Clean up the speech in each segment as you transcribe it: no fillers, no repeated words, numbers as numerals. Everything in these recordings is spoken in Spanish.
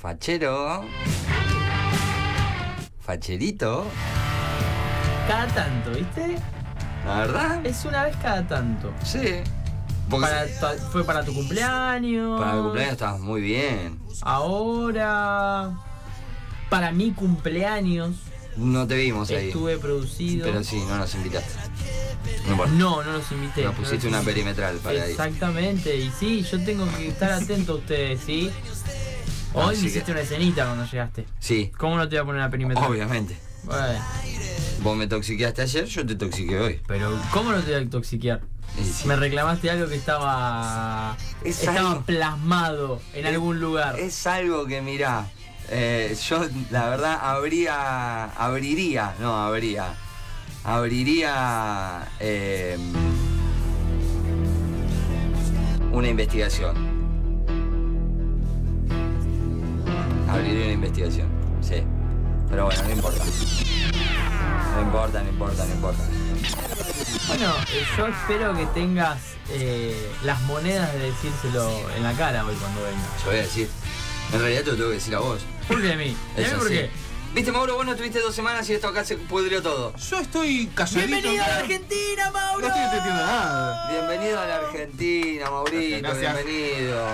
Fachero. Facherito. Cada tanto, ¿viste? ¿La verdad? Es una vez cada tanto. Sí. Fue para tu cumpleaños. Para mi cumpleaños estabas muy bien. Ahora. Para mi cumpleaños. No te vimos ahí. Estuve producido. Pero sí, no nos invitaste. No importa. No los invité. Nos pusiste una perimetral para ahí. Exactamente, y sí, yo tengo que estar atento a ustedes, ¿sí? Hoy me hiciste una escenita cuando llegaste. Sí. ¿Cómo no te voy a poner una perimetral? Obviamente. Bueno, Vos me toxiqueaste ayer, yo te toxiqué hoy. pero ¿cómo no te voy a intoxiquear? Sí. Me reclamaste algo que estaba algo- plasmado en algún lugar. Es algo que mirá, yo la verdad abriría una investigación. Abriría una investigación, sí. Pero bueno, no importa. No importa. Bueno, yo espero que tengas las monedas de decírselo en la cara hoy cuando venga. Yo voy a decir, en realidad te lo tengo que decir a vos. ¿Por qué a mí? Eso ¿Por sí. qué? Viste, Mauro, vos no estuviste 2 semanas y esto acá se pudrió todo. Yo estoy calladito. ¡Bienvenido a la Argentina, Mauro! No estoy entendiendo nada. Bienvenido a la Argentina, Maurito, Gracias. bienvenido.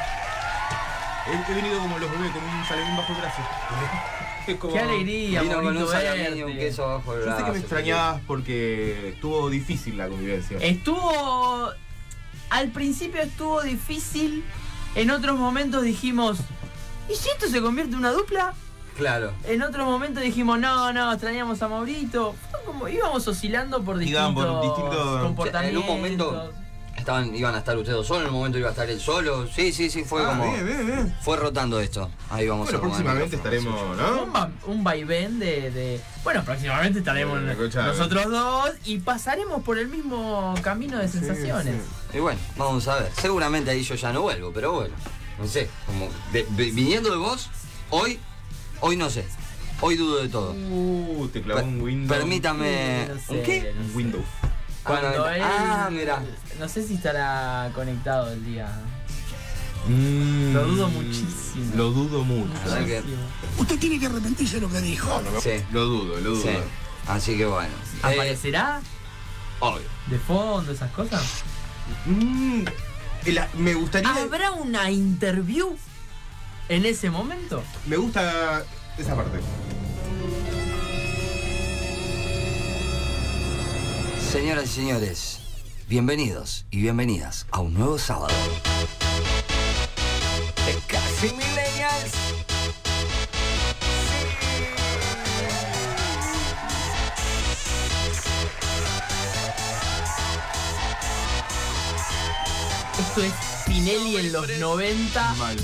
He venido como los bebés, con un salamín bajo el brazo. Es como... ¡Qué alegría, Vino con Maurito un salamín y un verte! queso bajo el Yo brazo. sé que me extrañabas porque estuvo difícil la convivencia. Estuvo... Al principio estuvo difícil, en otros momentos dijimos, ¿y si esto se convierte en una dupla? Claro. En otros momentos dijimos, no, extrañamos a Maurito. Fue como, íbamos oscilando por Iban distintos, por distintos- comportamientos. En un momento iban a estar ustedes solos, en un momento iba a estar él solo. Sí, fue como... Bien. Fue rotando esto. Ahí vamos Bueno, a acomodar el próximamente micrófono. estaremos, ¿no? Un vaivén de... Bueno, próximamente estaremos Escuchame. nosotros dos y pasaremos por el mismo camino de sensaciones. Y bueno, vamos a ver. Seguramente ahí yo ya no vuelvo, pero bueno. No sé, como viniendo de vos, hoy no sé. Hoy dudo de todo. Te clavó un Windows. Permítame. No sé, ¿Un qué? no Un sé. Windows. Cuando él... mirá. No sé si estará conectado el día. Lo dudo muchísimo. Lo dudo mucho. ¿Verdad que? Usted tiene que arrepentirse de lo que dijo. Sí. Lo dudo. Sí. Así que bueno. ¿Aparecerá Obvio. de fondo esas cosas? Me gustaría... ¿Habrá una interview en ese momento? Me gusta esa parte. Señoras y señores, bienvenidos y bienvenidas a un nuevo sábado de Casi Millennials. Esto es Spinelli en los 90, Mal.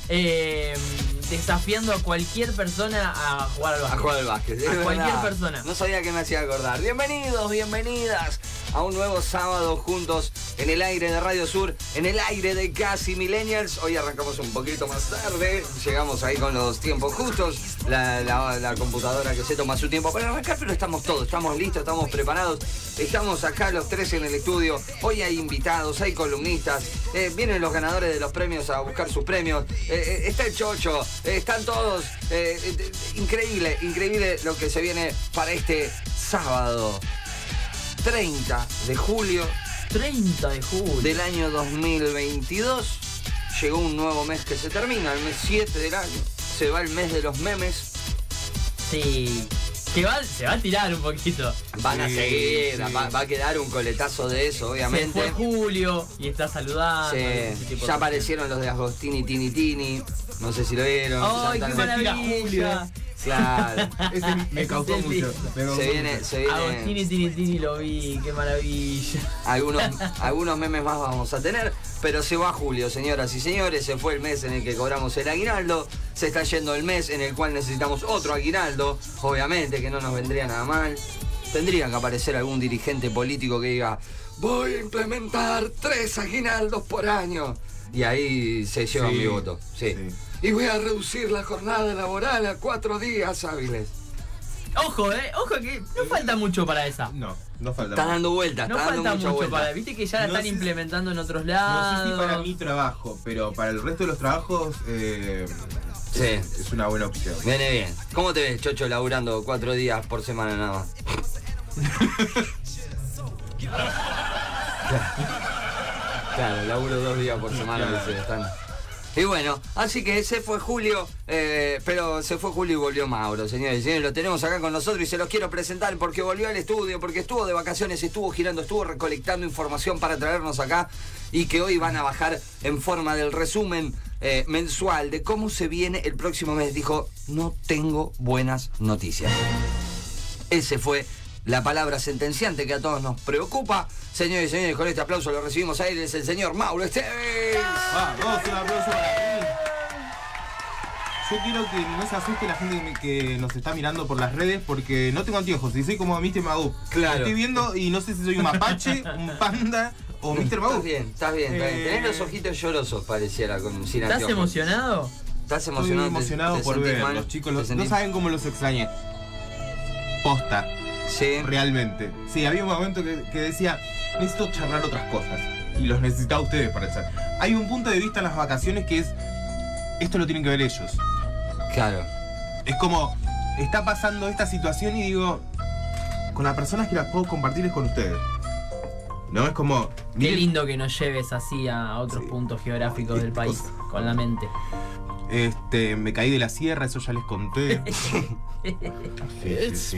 desafiando a cualquier persona a jugar al A básquet. jugar al básquet. A es cualquier verdad. persona. No sabía que me hacía acordar. Bienvenidos, bienvenidas a un nuevo sábado juntos en el aire de Radio Sur, en el aire de Casi Millennials. Hoy arrancamos un poquito más tarde, llegamos ahí con los tiempos justos, la computadora que se toma su tiempo para arrancar, pero estamos todos, estamos listos, estamos preparados. Estamos acá los tres en el estudio. Hoy hay invitados, hay columnistas, vienen los ganadores de los premios a buscar sus premios. Está el Chocho, están todos. Increíble lo que se viene para este sábado 30 de julio 30 de julio. del año 2022. Llegó un nuevo mes que se termina, el mes 7 del año. Se va el mes de los memes. Sí. Se va a tirar un poquito. Van a Sí, seguir, sí. va a quedar un coletazo de eso, Se obviamente. fue Julio y está saludando. Sí, ese tipo de ya cosas. aparecieron los de Agostini Tini. No sé si lo vieron. ¡Ay, Ya qué están- maravilla! Claro. Ese me causó Ese mucho. lindo. Me causó Se viene, mucho. se viene. Agostini Tini lo vi, qué maravilla. Algunos memes más vamos a tener, pero se va julio, señoras y señores. Se fue el mes en el que cobramos el aguinaldo. Se está yendo el mes en el cual necesitamos otro aguinaldo. Obviamente que no nos vendría nada mal. Tendría que aparecer algún dirigente político que diga: voy a implementar 3 aguinaldos por año. Y ahí se lleva Sí, mi voto. Sí. sí. Y voy a reducir la jornada laboral a 4 días hábiles. Ojo, ojo que no falta mucho para esa. No falta Está más. dando vueltas, No está dando falta mucha mucho vuelta. para. Viste que ya la No están sé si- implementando en otros No lados. sé si para mi trabajo, pero para el resto de los trabajos Sí. Es una buena opción. Viene bien. ¿Cómo te ves, Chocho, laburando 4 días por semana nada más? Claro, laburo 2 días por semana. Claro. Dice, están. Y bueno, así que se fue Julio, pero se fue Julio y volvió Mauro, señores y señores. Lo tenemos acá con nosotros y se los quiero presentar porque volvió al estudio, porque estuvo de vacaciones, estuvo girando, estuvo recolectando información para traernos acá y que hoy van a bajar en forma del resumen mensual de cómo se viene el próximo mes. Dijo, no tengo buenas noticias. Ese fue la palabra sentenciante que a todos nos preocupa. Señores y señores, con este aplauso lo recibimos a él, es el señor Mauro Esteves. Vamos, un aplauso para mí. Yo quiero que no se asuste la gente que nos está mirando por las redes porque no tengo anteojos y soy como Mr. Magoo. Claro. Estoy viendo y no sé si soy un mapache, un panda o Mr. Magoo. Estás bien. Tenés los ojitos llorosos, pareciera, sin ¿Estás anteojos. emocionado? ¿Estás Estoy emocionado? emocionado ¿Te por sentís ver. mal? Los chicos ¿Te no sentís- saben cómo los extrañé. Posta. Sí. Realmente. Sí, había un momento que decía, necesito charlar otras cosas. Y los necesitaba ustedes para eso. Hay un punto de vista en las vacaciones que es, esto lo tienen que ver ellos. Claro. Es como, está pasando esta situación y digo, con las personas que las puedo compartir es con ustedes. ¿No? Es como... Qué miren, lindo que nos lleves así a otros Sí. puntos geográficos del país, con la mente. me caí de la sierra, eso ya les conté. Sí.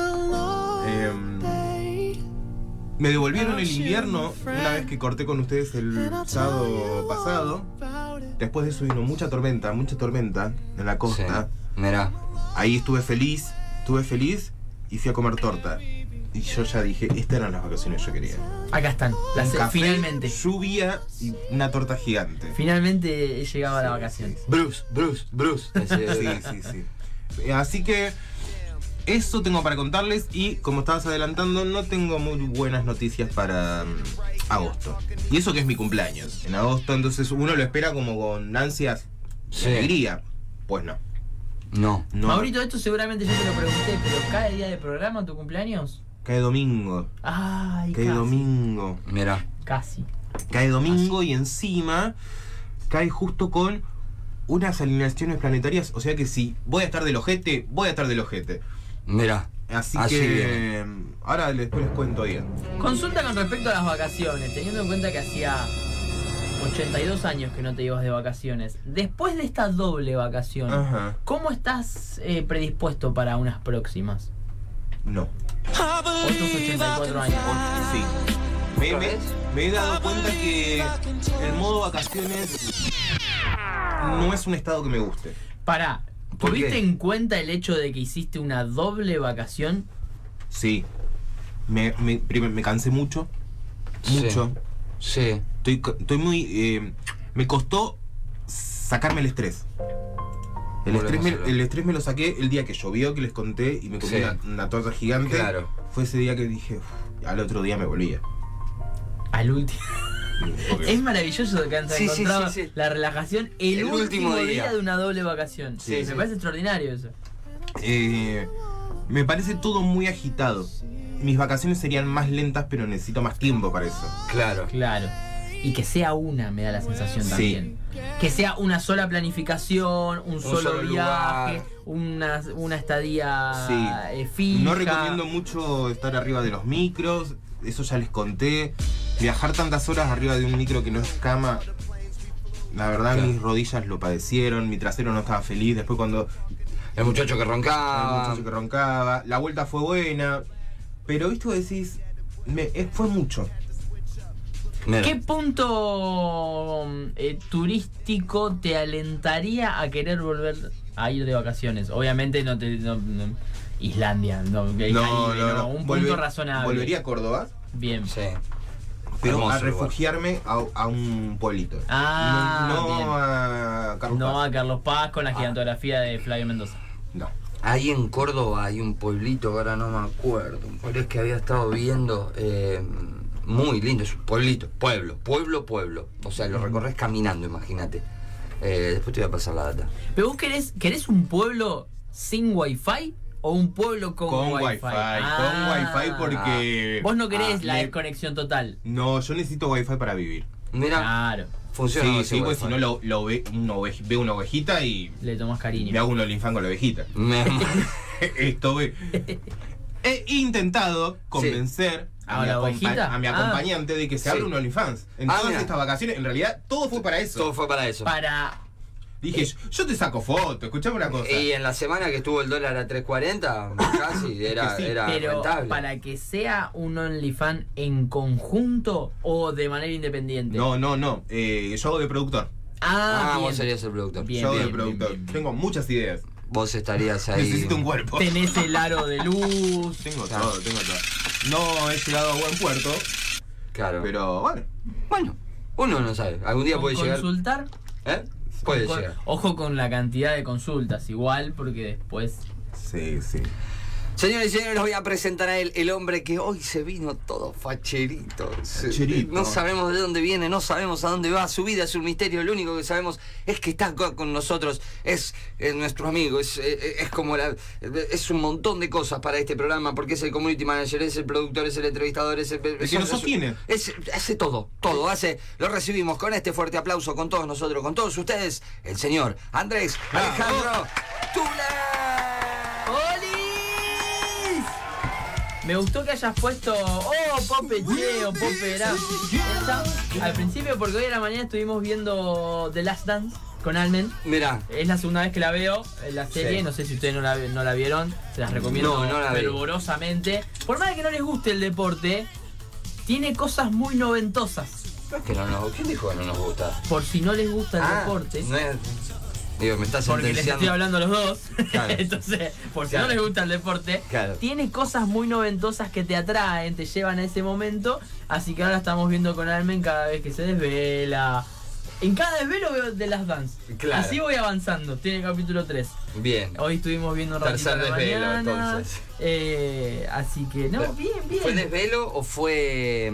Me devolvieron el invierno una vez que corté con ustedes el sábado pasado. Después de eso vino mucha tormenta en la costa. Sí. Mirá. Ahí estuve feliz y fui a comer torta. Y yo ya dije, estas eran las vacaciones que yo quería. Acá están, Un café, finalmente. lluvia y una torta gigante. Finalmente llegaba la vacación. Bruce. Sí. Así que eso tengo para contarles y como estabas adelantando, no tengo muy buenas noticias para agosto. Y eso que es mi cumpleaños, en agosto, entonces uno lo espera como con ansias Sí. y alegría. Pues no. No. Maurito, esto seguramente yo te lo pregunté, pero ¿cada día de programa tu cumpleaños? Cae domingo. Ay, Cae casi. domingo. Mirá. Casi. Cae domingo y encima cae justo con unas alineaciones planetarias. O sea que si voy a estar del ojete, voy a estar del ojete. Mirá. Así Así que viene. ahora después les cuento bien. Consulta con respecto a las vacaciones, teniendo en cuenta que hacía 82 años que no te ibas de vacaciones. Después de esta doble vacación, Ajá. ¿cómo estás predispuesto para unas próximas? No. Otros 84 años. Sí. ¿Otra vez? Me he dado cuenta que el modo vacaciones no es un estado que me guste. Pará, ¿Por ¿tuviste qué? en cuenta el hecho de que hiciste una doble vacación? Sí. Me cansé mucho. Mucho. Sí. Estoy muy... me costó sacarme el estrés. El estrés me lo saqué el día que llovió, que les conté, y me comí Sí. una torta gigante. Claro. Fue ese día que dije, al otro día me volvía. Al último. Porque- Es maravilloso que han Sí, sí, encontrado sí, sí. la relajación el último día de una doble vacación. Sí, Me sí. parece extraordinario eso. me parece todo muy agitado. Mis vacaciones serían más lentas, pero necesito más tiempo para eso. Claro. Claro. Y que sea una, me da la sensación Sí. también. Que sea una sola planificación, un solo solo viaje, lugar. una estadía Sí. fija. No recomiendo mucho estar arriba de los micros, eso ya les conté. Viajar tantas horas arriba de un micro que no es cama, la verdad Claro. mis rodillas lo padecieron, mi trasero no estaba feliz. Después cuando El muchacho que el roncaba. muchacho que roncaba, la vuelta fue buena, pero viste vos decís, fue mucho. Mira. ¿Qué punto turístico te alentaría a querer volver a ir de vacaciones? Obviamente no. Islandia, no, un punto razonable. Volvería a Córdoba, Bien. Sí. pero Hermoso a lugar. refugiarme a un pueblito. Ah, no bien. a Carlos No Paz. a Carlos Paz con la gigantografía de Flavio Mendoza. No. Ahí en Córdoba hay un pueblito, ahora no me acuerdo. Un pueblo que había estado viendo. Muy lindo, es un pueblito. Pueblo. O sea, lo recorres caminando, imagínate. Después te voy a pasar la data. ¿Pero vos querés un pueblo sin wifi o un pueblo con wifi? Con wifi porque... Vos no querés la me- desconexión total. No, yo necesito wifi para vivir. Mira. Claro. Funciona. Sí, pues si no ve una ovejita y le tomas cariño. me hago un OnlyFans con la ovejita. Esto he intentado convencer a mi acompañante de que se abra un OnlyFans. En todas estas vacaciones, en realidad, todo fue para eso. Todo fue para eso. Dije, yo te saco fotos, escuchame una cosa. Y en la semana que estuvo el dólar a 3.40, casi, era pero rentable. Para que sea un OnlyFans en conjunto o de manera independiente. No. Yo hago de productor. Vos serías el productor. Yo hago de productor. Tengo muchas ideas. Vos estarías ahí. Necesito un cuerpo. Tenés el aro de luz. Tengo todo. No he llegado a buen puerto. Claro. Pero bueno. Bueno, uno no sabe. Algún día puede llegar. ¿Consultar? Puede llegar. Ojo con la cantidad de consultas, igual, porque después. Sí. Señores y señores, les voy a presentar a él, el hombre que hoy se vino todo facherito. No sabemos de dónde viene, no sabemos a dónde va. Su vida es un misterio. Lo único que sabemos es que está con nosotros. Es nuestro amigo. Es como es un montón de cosas para este programa, porque es el community manager, es el productor, es el entrevistador, es el que nos sostiene. Hace todo. Lo recibimos con este fuerte aplauso, con todos nosotros, con todos ustedes, el señor Andrés Alejandro Tula. Me gustó que hayas puesto Pope Che o Pope Era al principio, porque hoy a la mañana estuvimos viendo The Last Dance con Almen. Mirá. Es la segunda vez que la veo en la serie. Sí. No sé si ustedes no la vieron. Se las recomiendo fervorosamente. Por más de que no les guste el deporte, tiene cosas muy noventosas. ¿Quién dijo que no nos gusta? Por si no les gusta el deporte. No es... Digo, me estás porque les estoy hablando a los dos. Claro. Entonces, por si no les gusta el deporte, tiene cosas muy noventosas que te atraen, te llevan a ese momento. Así que ahora estamos viendo con Almen cada vez que se desvela. En cada desvelo veo The Last Dance. Claro. Así voy avanzando. Tiene el capítulo 3. Bien. Hoy estuvimos viendo un ratito Tercer desvelo, mañana, entonces. Así que, bien. ¿Fue desvelo o fue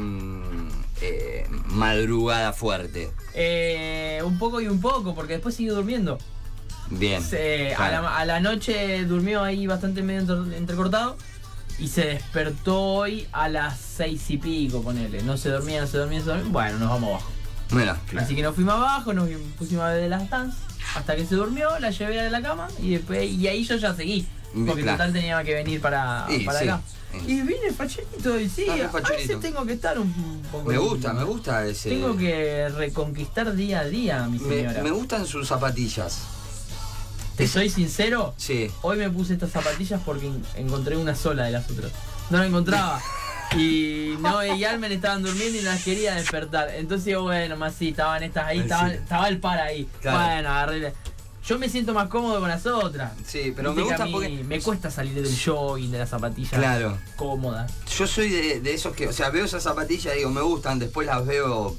madrugada fuerte? Un poco y un poco, porque después siguió durmiendo. Bien. A la noche durmió ahí bastante medio entrecortado. Y se despertó hoy a las 6 y pico, ponele. No se dormía. Bueno, nos vamos abajo. Mira, Así que nos fuimos abajo, nos pusimos a ver The Last Dance hasta que se durmió, la llevé a la cama y ahí yo ya seguí. Porque total tenía que venir para acá. Y vine facherito y a veces tengo que estar un poco. Me gusta ese. Tengo que reconquistar día a día a mi señora. Me gustan sus zapatillas. ¿Te soy sincero? Sí. Hoy me puse estas zapatillas porque encontré una sola de las otras. No la encontraba. Y Almen estaban durmiendo y no las quería despertar. Entonces bueno, más sí, estaban estas ahí, estaba el par ahí. Claro. Bueno, agarré. Yo me siento más cómodo con las otras. Sí, pero me gusta porque me cuesta salir del jogging, de las zapatillas cómodas. Yo soy de esos que, veo esas zapatillas y digo, me gustan, después las veo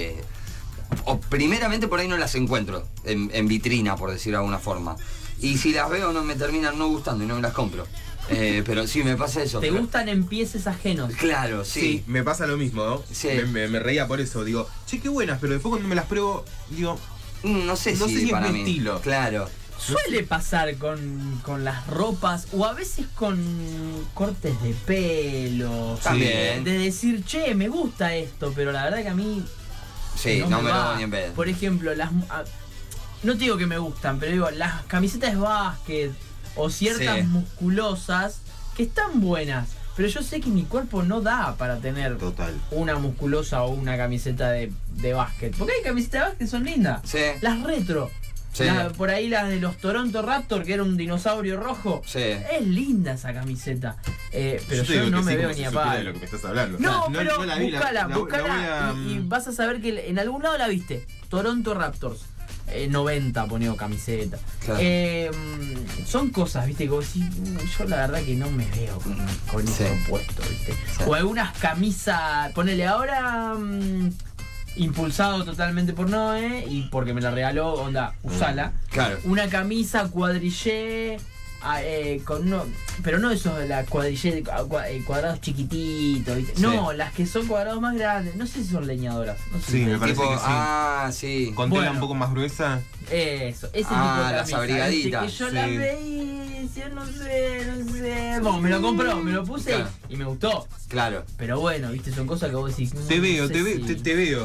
o primeramente por ahí no las encuentro en vitrina, por decir de alguna forma. Y si las veo no me terminan no gustando y no me las compro. Pero sí, me pasa eso. ¿Te gustan en pieces ajenos? Claro, sí. Me pasa lo mismo, ¿no? Sí. Me reía por eso. Digo, che, qué buenas, pero después cuando me las pruebo, digo... No sé si es para mi mí. estilo. Claro. Suele pasar con las ropas o a veces con cortes de pelo. También. De decir, che, me gusta esto, pero la verdad que a mí... Sí, no me lo voy ni en vez. Por ejemplo, no te digo que me gustan, pero digo, las camisetas de básquet o ciertas musculosas que están buenas, pero yo sé que mi cuerpo no da para tener una musculosa o una camiseta de básquet. Porque hay camisetas de básquet que son lindas. Sí. Las retro. Sí. Por ahí las de los Toronto Raptors, que era un dinosaurio rojo. Sí. Es linda esa camiseta. Pero yo no me veo ni a palo. de lo que me estás hablando. No, pero la vi, buscala y vas a saber que en algún lado la viste. Toronto Raptors. 90 poneo camiseta. Claro. Son cosas, viste, como si yo la verdad que no me veo con eso puesto, viste. Sí. O algunas camisas, ponele ahora impulsado totalmente por Noé y porque me la regaló, onda, usala. Claro. Una camisa cuadrillé con pero no esos de la cuadrillé cuadrados chiquititos, ¿viste? Sí. No, las que son cuadrados más grandes, no sé si son leñadoras, no sé. Sí, me parece que sí. Con tela un poco más gruesa. Eso, ese tipo de camisa, las abrigaditas. Que yo las veí, yo no sé. Bueno, me lo compró, me lo puse y me gustó. Claro. Pero bueno, viste, son cosas que vos decís. Te veo.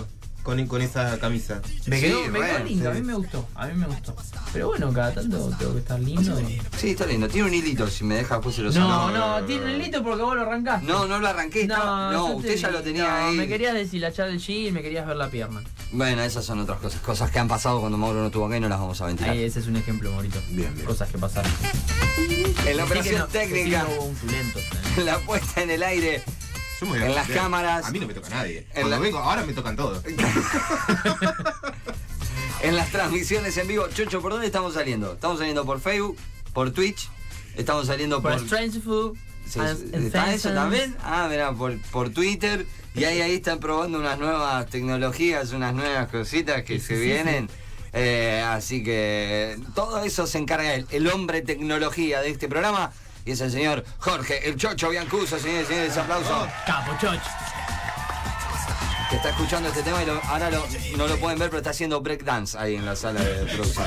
con esa camisa. Me Sí, quedó lindo, sí. a mí me gustó. Pero bueno, cada tanto tengo que estar lindo. Sí, está lindo. Tiene un hilito, si me deja después se lo saco. No, tiene un hilito porque vos lo arrancaste. No lo arranqué. No, yo usted ya lo tenía ahí. Me querías deshilachar el jean, me querías ver la pierna. Bueno, esas son otras cosas. Cosas que han pasado cuando Mauro no estuvo acá y no las vamos a ventilar. Ese es un ejemplo, Maurito. Bien. Cosas que pasaron. En la operación técnica, No hubo un tulento, la puesta en el aire, Yo me voy a en las meter. cámaras. A mí no me toca nadie. En Cuando vengo, ahora me tocan todos. en las transmisiones en vivo. Chocho, ¿por dónde estamos saliendo? Estamos saliendo por Facebook, por Twitch, estamos saliendo por por... Strange Food. Sí, ¿está eso también? Ah, mirá, por Twitter. Y ahí están probando unas nuevas tecnologías, unas nuevas cositas que se vienen. Así que todo eso se encarga el hombre tecnología de este programa. Y es el señor Jorge, el Chocho Biancuso, señores y señores, aplauso. Capo, Choch. Que está escuchando este tema y ahora no lo pueden ver, pero está haciendo breakdance ahí en la sala de producción.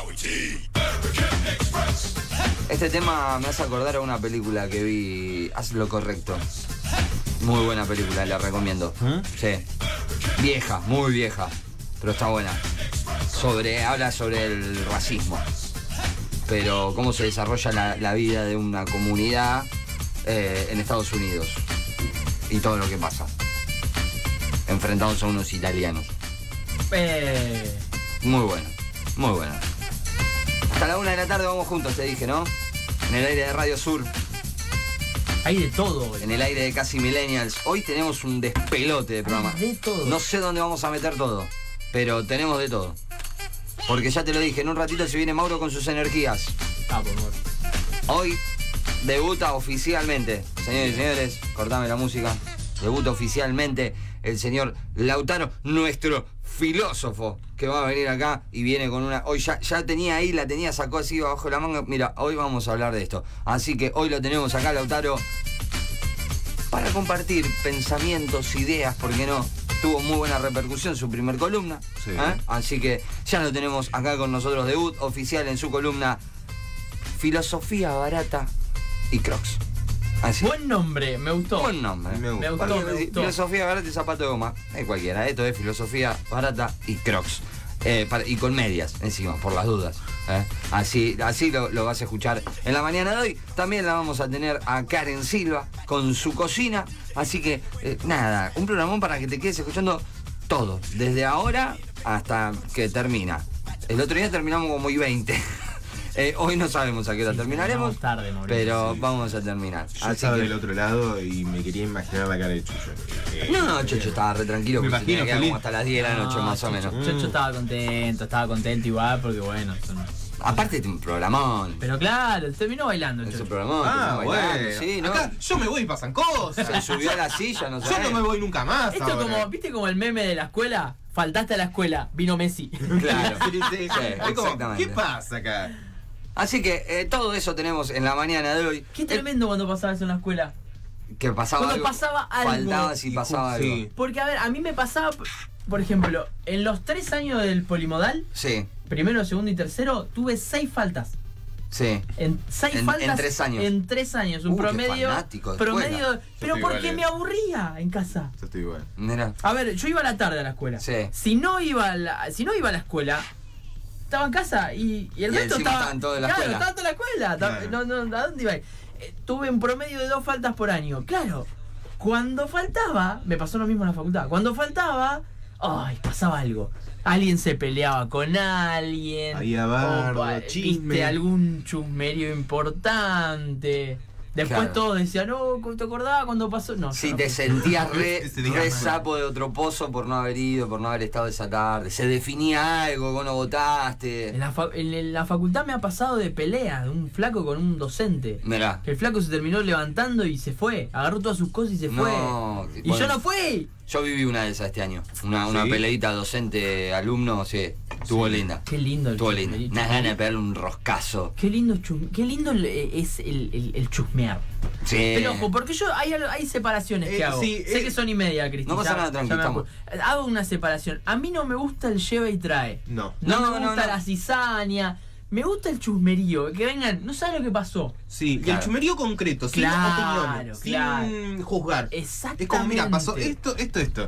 Este tema me hace acordar a una película que vi, Haz lo correcto. Muy buena película, la recomiendo. Sí. Vieja, muy vieja, pero está buena. Habla sobre el racismo. Pero cómo se desarrolla la vida de una comunidad en Estados Unidos. Y todo lo que pasa. Enfrentados a unos italianos. Muy bueno, muy bueno. Hasta la 1 de la tarde vamos juntos, te dije, ¿no? En el aire de Radio Sur. Hay de todo hoy. En el aire de Casi Millennials. Hoy tenemos un despelote de programa. Hay de todo. No sé dónde vamos a meter todo, pero tenemos de todo. Porque ya te lo dije, en un ratito se viene Mauro con sus energías. Capo, amor. Hoy debuta oficialmente, señores y señores, cortame la música. Debuta oficialmente el señor Lautaro, nuestro filósofo, que va a venir acá y viene con una... Hoy ya tenía ahí, la tenía, sacó así abajo la manga. Mira, hoy vamos a hablar de esto. Así que hoy lo tenemos acá, Lautaro, para compartir pensamientos, ideas, ¿por qué no? Tuvo muy buena repercusión su primer columna. Sí. Así que ya lo tenemos acá con nosotros, debut oficial en su columna Filosofía Barata y Crocs. Así. Buen nombre, me gustó. Buen nombre. Me Me gusta. gustó, me gustó. Filosofía barata y zapato de goma. Cualquiera. Esto es filosofía barata y Crocs. Y con medias encima, por las dudas. Así lo vas a escuchar en la mañana de hoy. También la vamos a tener a Karen Silva con su cocina. Así que, nada, un programón para que te quedes escuchando todo. Desde ahora hasta que termina. El otro día terminamos como y 20. Hoy no sabemos a qué hora terminaremos, tarde, Mauricio, pero vamos a terminar. Yo Así estaba que... del otro lado y me quería imaginar la cara de Chucho. No, Chocho estaba re tranquilo Me porque se tenía imagino que quedar feliz. como hasta las 10 de la noche, más o menos. Chocho estaba contento igual porque bueno. Aparte de un programón. Pero claro, terminó bailando, Es un Chocho. programón. Ah, terminó bailando, bueno. sí, ¿no? Acá yo me voy y pasan cosas. Se subió a la silla, no sé. Yo no me voy nunca más. Esto ahora. como, ¿viste como el meme de la escuela? Faltaste a la escuela, vino Messi. Claro. Sí, sí, sí. Es como, exactamente. ¿qué pasa acá? Así que todo eso tenemos en la mañana de hoy. Qué tremendo cuando pasaba eso en la escuela. Que pasaba Cuando algo. pasaba algo. Faltaba si pasaba Sí. algo. Porque, a ver, a mí me pasaba, por ejemplo, en los 3 años del polimodal, Sí, primero, segundo y tercero, tuve 6 faltas. sí. En 6 En faltas. 3 años. En 3 años. Un Qué promedio. fanático de escuela. Promedio. Pero estoy porque igual, me aburría en casa. Yo estoy igual. Mira. A ver, yo iba a la tarde a la escuela. Sí. Si no iba a la escuela, estaba en casa y el Y resto encima estaba. estaban todos en la claro, escuela. estaban todos en la escuela. Claro. No, ¿a dónde iba a ir? Tuve un promedio de 2 faltas por año. Claro. Cuando faltaba, me pasó lo mismo en la facultad. Cuando faltaba, ay, pasaba algo. Alguien se peleaba con alguien. Había bardo, o, chisme. viste algún chusmerío importante. Después Claro. todos decían, no, ¿te acordabas cuando pasó? No. Si yo no te me- sentías Ese día re no. sapo de otro pozo por no haber ido, por no haber estado esa tarde. Se definía algo, vos no votaste. En la facultad me ha pasado de pelea, de un flaco con un docente. Mirá. Que el flaco se terminó levantando y se fue. Agarró todas sus cosas y se fue. No, Y bueno, yo no fui. Yo viví una de esas este año. Una ¿Sí? peleita docente-alumno, sí. Estuvo linda. Qué lindo el Estuvo linda. chusmerío. Unas ganas de pegarle un roscazo. Qué lindo es el chusmear. Sí. Pero ojo, porque yo hay separaciones que hago. sí, sé que son y media, Cristian. no pasa nada, tranqui, Hago una separación. A mí no me gusta el lleva y trae. No. No, No, me no, gusta no. la cizaña. Me gusta el chusmerío. Que vengan, no sabes lo que pasó. Sí, y Claro. el chumerío concreto, sin Claro, opiniones, claro. sin juzgar. Exactamente. Es como, mira, pasó esto.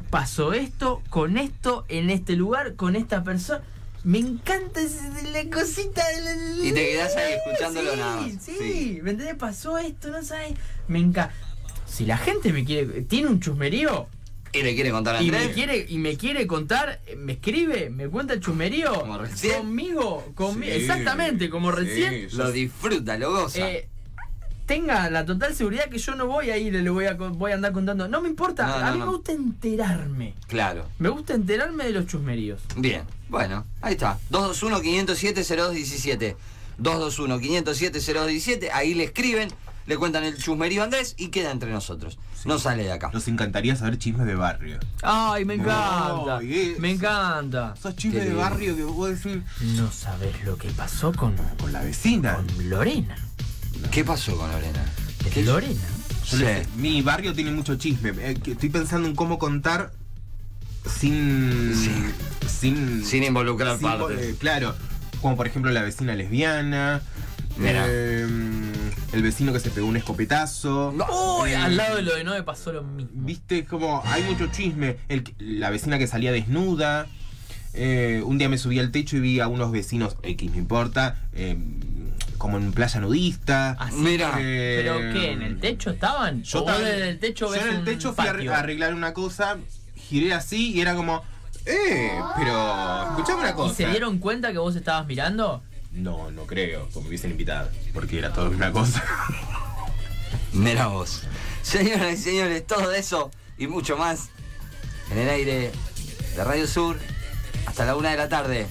pasó esto, con esto, en este lugar, con esta persona. Me encanta la cosita del... Y te quedás ahí escuchándolo nada más. Sí, ¿me entendés? Pasó esto, no sabes. Me encanta. Si la gente me quiere... Tiene un chusmerío... Y le quiere contar a Andrés. Y me quiere contar, me escribe, me cuenta el chusmerío. Como recién. Conmigo. Sí, Exactamente, como recién. sí. Lo disfruta, lo goza. Tenga la total seguridad que yo no voy a ir y le voy a andar contando. No me importa, No, a mí no. me gusta enterarme. Claro. Me gusta enterarme de los chusmeríos. Bien, bueno, ahí está. 221-507-0217. 221-507-0217. Ahí le escriben, le cuentan el chusmerío a Andrés y queda entre nosotros. No sale de acá. Nos encantaría saber chismes de barrio. Ay, me encanta. Ay, Me encanta. Esos chismes Qué de lindo. barrio que vos decís No sabes lo que pasó con con la vecina. Lorena. ¿Qué pasó con Lorena? ¿Qué? Lorena. Yo Sí. no sé, mi barrio tiene mucho chisme. Que estoy pensando en cómo contar sin. Sí. Sin involucrar sin- partes. claro. Como por ejemplo la vecina lesbiana. Mira. El vecino que se pegó un escopetazo. Uy, al lado de lo de no me pasó lo mismo. Viste, como hay mucho chisme. La vecina que salía desnuda. Un día me subí al techo y vi a unos vecinos, X me importa, como en playa nudista. Así. Mira. ¿Pero qué? ¿En el techo estaban? Yo ¿O vos estaba- desde el techo yo ves en el un techo fui patio? a arreglar una cosa, giré así y era como, pero escuchame una cosa. ¿Y se dieron cuenta que vos estabas mirando? No, no creo, como me hubiesen invitado, porque era todo una cosa. Mira vos. Señoras y señores, todo eso y mucho más en el aire de Radio Sur hasta la 1 de la tarde.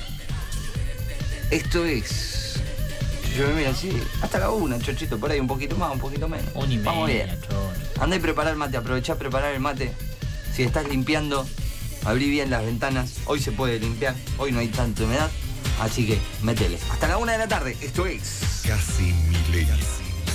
Esto es... Yo me miro así, hasta la 1, chochito, por ahí un poquito más, un poquito menos. 1:30, Vamos bien. chon. Andá y prepara el mate, aprovechá a preparar el mate. Si estás limpiando, abrí bien las ventanas. Hoy se puede limpiar, hoy no hay tanta humedad. Así que métele. Hasta la 1 de la tarde, esto es... Casi Millennials.